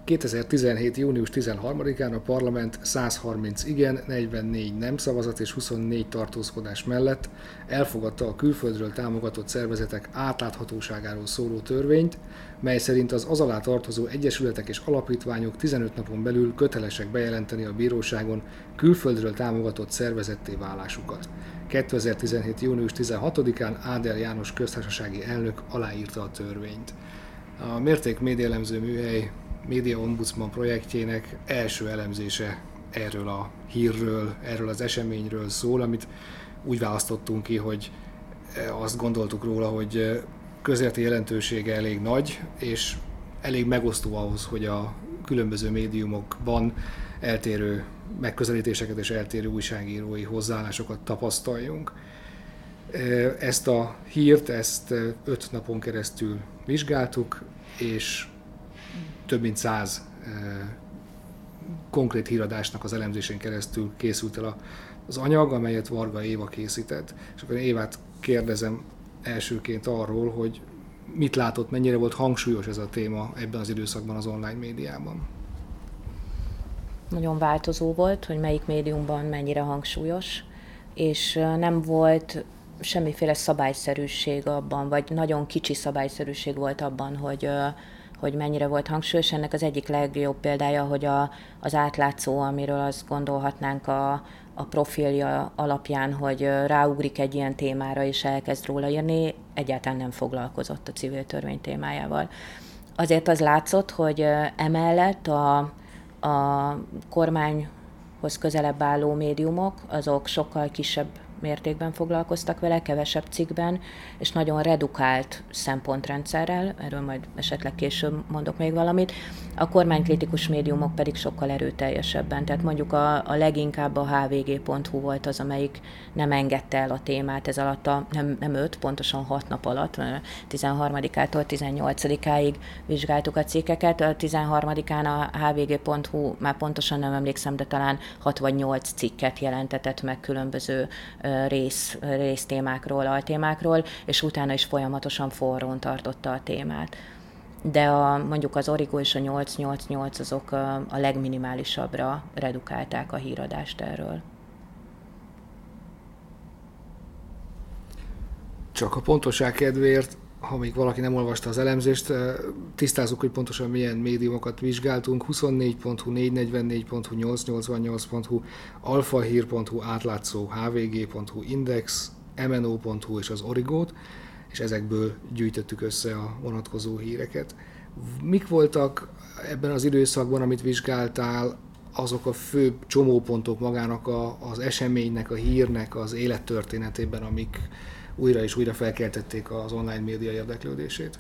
2017. június 13-án a parlament 130 igen, 44 nem szavazat és 24 tartózkodás mellett elfogadta a külföldről támogatott szervezetek átláthatóságáról szóló törvényt, mely szerint az alá tartozó egyesületek és alapítványok 15 napon belül kötelesek bejelenteni a bíróságon külföldről támogatott szervezetté válásukat. 2017. június 16-án Áder János köztársasági elnök aláírta a törvényt. A Mérték médiaelemző műhely Média Ombudsman projektjének első elemzése erről a hírről, erről az eseményről szól, amit úgy választottunk ki, hogy azt gondoltuk róla, hogy közéleti jelentősége elég nagy, és elég megosztó ahhoz, hogy a különböző médiumokban eltérő megközelítéseket és eltérő újságírói hozzáállásokat tapasztaljunk. Ezt a hírt, 5 napon keresztül vizsgáltuk, és több mint 100 konkrét híradásnak az elemzésén keresztül készült el az anyag, amelyet Varga Éva készített. És akkor Évát kérdezem elsőként arról, hogy mit látott, mennyire volt hangsúlyos ez a téma ebben az időszakban az online médiában. Nagyon változó volt, hogy melyik médiumban mennyire hangsúlyos, és nem volt semmiféle szabályszerűség abban, vagy nagyon kicsi szabályszerűség volt abban, hogy mennyire volt hangsúlyos. Ennek az egyik legjobb példája, hogy az átlátszó, amiről azt gondolhatnánk a profilja alapján, hogy ráugrik egy ilyen témára és elkezd róla írni, egyáltalán nem foglalkozott a civil törvény témájával. Azért az látszott, hogy emellett a kormányhoz közelebb álló médiumok, azok sokkal kisebb mértékben foglalkoztak vele, kevesebb cikkben, és nagyon redukált szempontrendszerrel, erről majd esetleg később mondok még valamit, a kormánykritikus médiumok pedig sokkal erőteljesebben, tehát mondjuk a leginkább a hvg.hu volt az, amelyik nem engedte el a témát ez alatt nem 5, pontosan 6 nap alatt, 13-ától 18-áig vizsgáltuk a cikkeket, a 13-án a hvg.hu, már pontosan nem emlékszem, de talán 6 vagy 8 cikket jelentetett meg különböző résztémákról, altémákról, és utána is folyamatosan forrón tartotta a témát. De mondjuk az Origo és a 888 azok a legminimálisabbra redukálták a híradást erről. Csak a pontosság kedvéért, ha még valaki nem olvasta az elemzést, tisztázzuk, hogy pontosan milyen médiumokat vizsgáltunk. 24.hu, 444.hu, 888.hu, alfahír.hu, átlátszó, hvg.hu, index, mno.hu és az Origót, és ezekből gyűjtöttük össze a vonatkozó híreket. Mik voltak ebben az időszakban, amit vizsgáltál, azok a fő csomópontok magának az eseménynek, a hírnek az élettörténetében, amik újra és újra felkeltették az online média érdeklődését?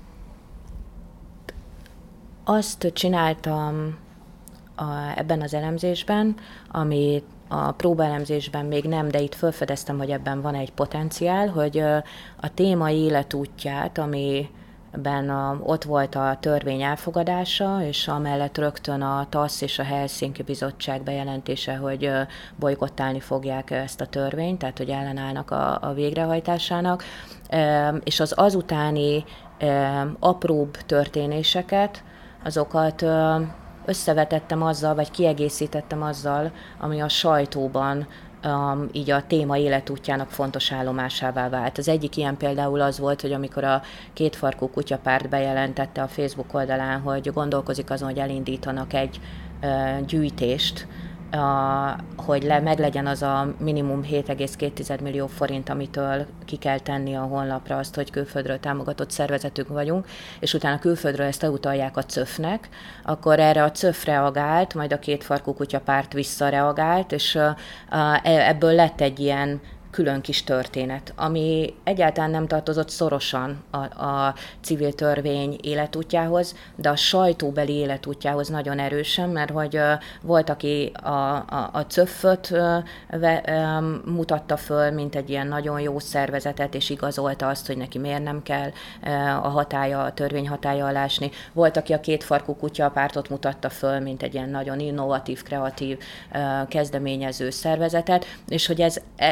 Azt csináltam ebben az elemzésben, ami a próbaelemzésben még nem, de itt felfedeztem, hogy ebben van egy potenciál, hogy a téma életútját, amiben ott volt a törvény elfogadása, és amellett rögtön a TASZ és a Helsinki Bizottság bejelentése, hogy bojkottálni fogják ezt a törvényt, tehát hogy ellenállnak a végrehajtásának, és az azutáni apróbb történéseket, azokat összevetettem azzal, vagy kiegészítettem azzal, ami a sajtóban így a téma életútjának fontos állomásává vált. Az egyik ilyen például az volt, hogy amikor a Kétfarkú kutyapárt bejelentette a Facebook oldalán, hogy gondolkozik azon, hogy elindítanak egy gyűjtést, hogy meglegyen az a minimum 7,2 millió forint, amitől ki kell tenni a honlapra azt, hogy külföldről támogatott szervezetünk vagyunk, és utána külföldről ezt elutalják a CÖF-nek, akkor erre a CÖF reagált, majd a Kétfarkú kutyapárt visszareagált, és ebből lett egy ilyen külön kis történet, ami egyáltalán nem tartozott szorosan a civil törvény életútjához, de a sajtóbeli életútjához nagyon erősen, mert hogy volt, aki a CÖF-öt mutatta föl, mint egy ilyen nagyon jó szervezetet, és igazolta azt, hogy neki miért nem kell a törvény hatálya alá esni. Volt, aki a Kétfarkú kutyapártot mutatta föl, mint egy ilyen nagyon innovatív, kreatív kezdeményező szervezetet, és hogy ezáltal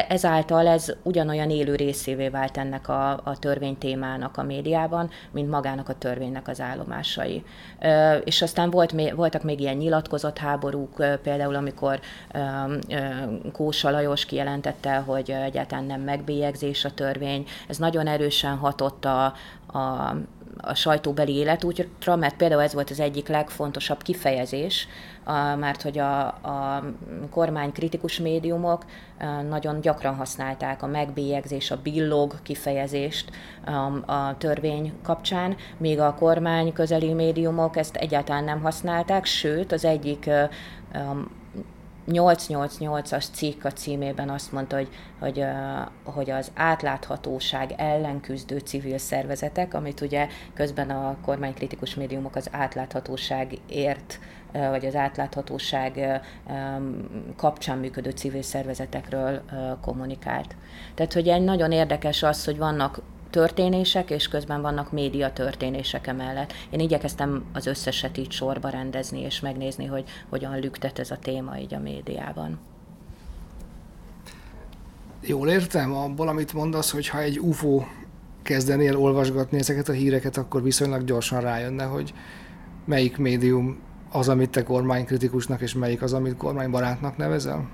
ezáltal ez ugyanolyan élő részévé vált ennek a törvénytémának a médiában, mint magának a törvénynek az állomásai. És aztán voltak még ilyen nyilatkozatháborúk, például amikor Kósa Lajos kijelentette, hogy egyáltalán nem megbélyegzés a törvény. Ez nagyon erősen hatott a sajtóbeli életútra, mert például ez volt az egyik legfontosabb kifejezés, mert hogy a kormány kritikus médiumok nagyon gyakran használták a megbélyegzés, a billog kifejezést a törvény kapcsán, míg a kormány közeli médiumok ezt egyáltalán nem használták, sőt az egyik 888-as cikk a címében azt mondta, hogy az átláthatóság ellen küzdő civil szervezetek, amit ugye közben a kormánykritikus médiumok az átláthatóságért, vagy az átláthatóság kapcsán működő civil szervezetekről kommunikált. Tehát, hogy nagyon érdekes az, hogy vannak történések, és közben vannak média történések emellett. Én igyekeztem az összeset így sorba rendezni, és megnézni, hogy hogyan lüktet ez a téma így a médiában. Jól értem abból, amit mondasz, hogy ha egy UFO kezdenél olvasgatni ezeket a híreket, akkor viszonylag gyorsan rájönne, hogy melyik médium az, amit te kormánykritikusnak, és melyik az, amit kormánybarátnak nevezel?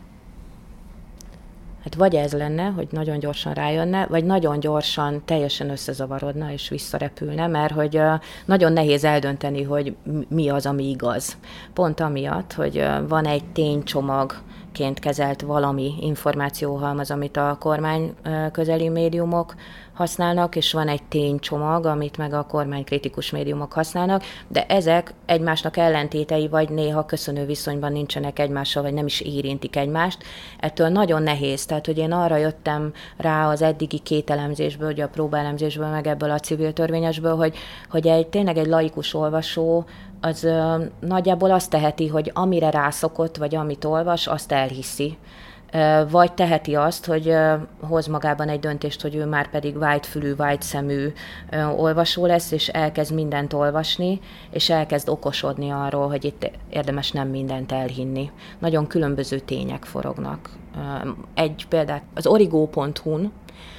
Hát vagy ez lenne, hogy nagyon gyorsan rájönne, vagy nagyon gyorsan teljesen összezavarodna és visszarepülne, mert hogy nagyon nehéz eldönteni, hogy mi az, ami igaz. Pont amiatt, hogy van egy ténycsomagként kezelt valami információhalmaz, amit a kormány közeli médiumok használnak, és van egy ténycsomag, amit meg a kormánykritikus médiumok használnak, de ezek egymásnak ellentétei, vagy néha köszönő viszonyban nincsenek egymással, vagy nem is érintik egymást. Ettől nagyon nehéz. Tehát, hogy én arra jöttem rá az eddigi két elemzésből, ugye a próbaelemzésből, meg ebből a civil törvényesből, hogy tényleg egy laikus olvasó az nagyjából azt teheti, hogy amire rászokott, vagy amit olvas, azt elhiszi. Vagy teheti azt, hogy hoz magában egy döntést, hogy ő már pedig vájtfülű, vájtszemű olvasó lesz, és elkezd mindent olvasni, és elkezd okosodni arról, hogy itt érdemes nem mindent elhinni. Nagyon különböző tények forognak. Egy példát, az origo.hu-n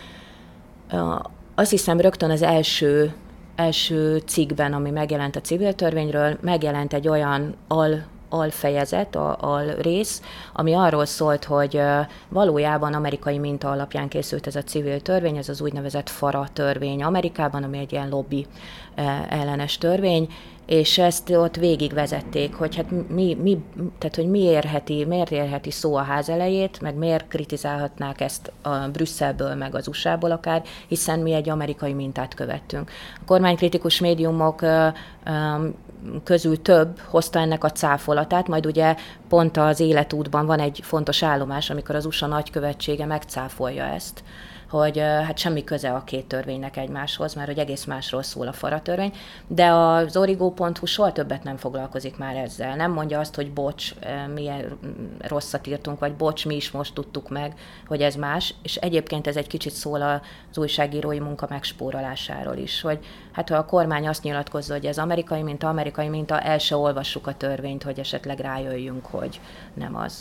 azt hiszem rögtön az első cikkben, ami megjelent a civil törvényről, megjelent egy olyan alfejezet, alrész, ami arról szólt, hogy valójában amerikai minta alapján készült ez a civil törvény, ez az úgynevezett FARA törvény Amerikában, ami egy ilyen lobby ellenes törvény, és ezt ott végigvezették, hogy hát tehát, hogy miért érheti szó a ház elejét, meg miért kritizálhatnák ezt a Brüsszelből, meg az USA-ból akár, hiszen mi egy amerikai mintát követtünk. A kormánykritikus médiumok közül több hozta ennek a cáfolatát, majd ugye pont az életútban van egy fontos állomás, amikor az USA nagykövetsége megcáfolja ezt, hogy hát semmi köze a két törvénynek egymáshoz, mert hogy egész másról szól a FARA törvény, de az origo.hu soha többet nem foglalkozik már ezzel. Nem mondja azt, hogy bocs, milyen rosszat írtunk, vagy bocs, mi is most tudtuk meg, hogy ez más, és egyébként ez egy kicsit szól az újságírói munka megspórolásáról is, hogy hát ha a kormány azt nyilatkozza, hogy ez amerikai minta, el se olvassuk a törvényt, hogy esetleg rájöjjünk, hogy nem az.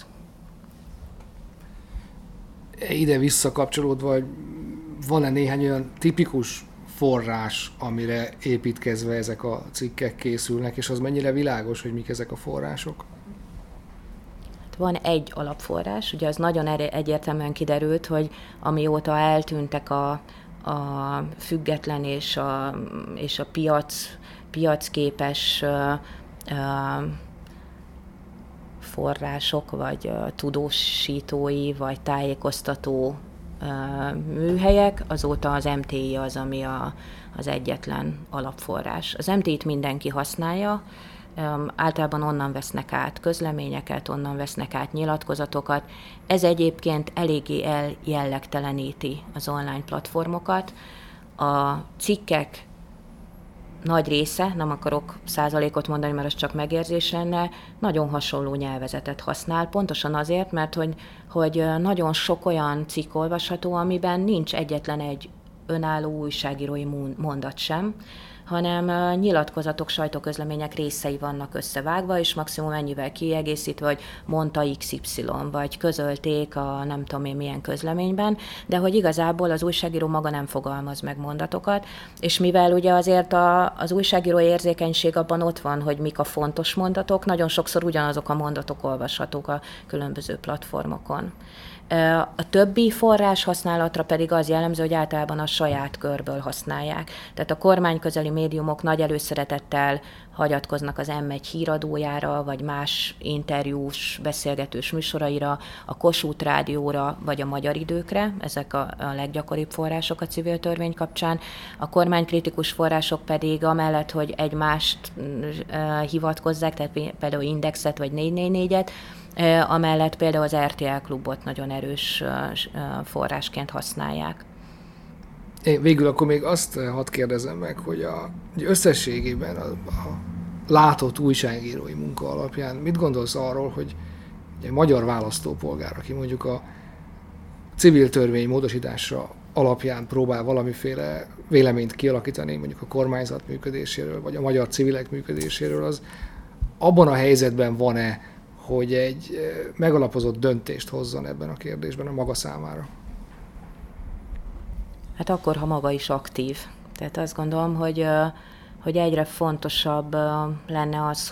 Ide visszakapcsolódva, van-e néhány olyan tipikus forrás, amire építkezve ezek a cikkek készülnek, és az mennyire világos, hogy mik ezek a források? Van egy alapforrás, ugye az nagyon egyértelműen kiderült, hogy amióta eltűntek a független és a piacképes források, vagy tudósítói, vagy tájékoztató műhelyek, azóta az MTI az, ami az egyetlen alapforrás. Az MTI-t mindenki használja, általában onnan vesznek át közleményeket, onnan vesznek át nyilatkozatokat. Ez egyébként eléggé eljellegteleníti az online platformokat. A cikkek nagy része, nem akarok százalékot mondani, mert az csak megérzés lenne, nagyon hasonló nyelvezetet használ, pontosan azért, mert hogy nagyon sok olyan cikk olvasható, amiben nincs egyetlen egy önálló újságírói mondat sem, hanem nyilatkozatok, sajtóközlemények részei vannak összevágva, és maximum ennyivel kiegészítve, hogy mondta XY, vagy közölték a nem tudom én milyen közleményben, de hogy igazából az újságíró maga nem fogalmaz meg mondatokat, és mivel ugye azért az újságíró érzékenység abban ott van, hogy mik a fontos mondatok, nagyon sokszor ugyanazok a mondatok olvashatók a különböző platformokon. A többi forrás használatra pedig az jellemző, hogy általában a saját körből használják. Tehát a kormányközeli médiumok nagy előszeretettel hagyatkoznak az M1 híradójára, vagy más interjús, beszélgetős műsoraira, a Kossuth Rádióra, vagy a Magyar Időkre. Ezek a leggyakoribb források a civil törvény kapcsán. A kormánykritikus források pedig amellett, hogy egymást hivatkozzák, tehát például Indexet vagy 444-et, amellett például az RTL Klubot nagyon erős forrásként használják. Én végül akkor még azt hadd kérdezem meg, hogy összességében a látott újságírói munka alapján mit gondolsz arról, hogy egy magyar választópolgár, aki mondjuk a civil törvény módosítása alapján próbál valamiféle véleményt kialakítani, mondjuk a kormányzat működéséről, vagy a magyar civilek működéséről, az abban a helyzetben van-e, hogy egy megalapozott döntést hozzon ebben a kérdésben a maga számára? Hát akkor, ha maga is aktív. Tehát azt gondolom, hogy egyre fontosabb lenne az,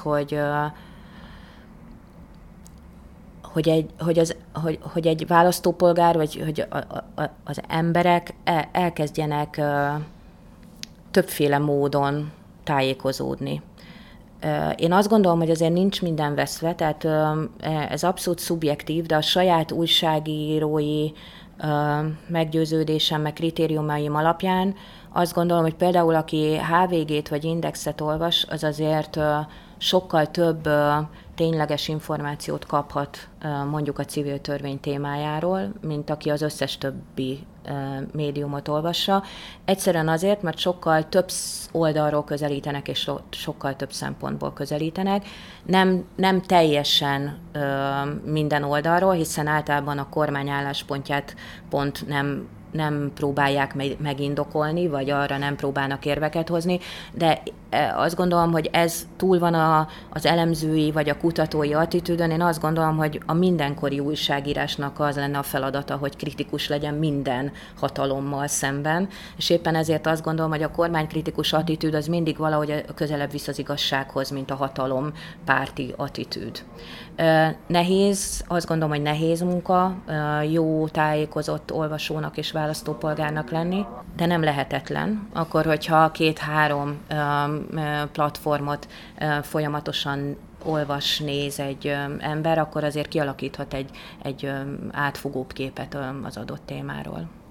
hogy egy választópolgár, vagy hogy az emberek elkezdjenek többféle módon tájékozódni. Én azt gondolom, hogy azért nincs minden veszve, tehát ez abszolút szubjektív, de a saját újságírói meggyőződésem, meg kritériumaim alapján azt gondolom, hogy például aki HVG-t vagy Indexet olvas, az azért sokkal több tényleges információt kaphat mondjuk a civil törvény témájáról, mint aki az összes többi médiumot olvassa. Egyszerűen azért, mert sokkal több oldalról közelítenek, és sokkal több szempontból közelítenek. Nem teljesen minden oldalról, hiszen általában a kormány álláspontját pont nem próbálják megindokolni, vagy arra nem próbálnak érveket hozni, de azt gondolom, hogy ez túl van az elemzői vagy a kutatói attitűdön. Én azt gondolom, hogy a mindenkori újságírásnak az lenne a feladata, hogy kritikus legyen minden hatalommal szemben, és éppen ezért azt gondolom, hogy a kormánykritikus attitűd az mindig valahogy közelebb visz az igazsághoz, mint a hatalom párti attitűd. Nehéz, azt gondolom, hogy nehéz munka jó tájékozott olvasónak és választópolgárnak lenni, de nem lehetetlen. Akkor, hogyha 2-3 platformot folyamatosan olvas, néz egy ember, akkor azért kialakíthat egy átfogóbb képet az adott témáról.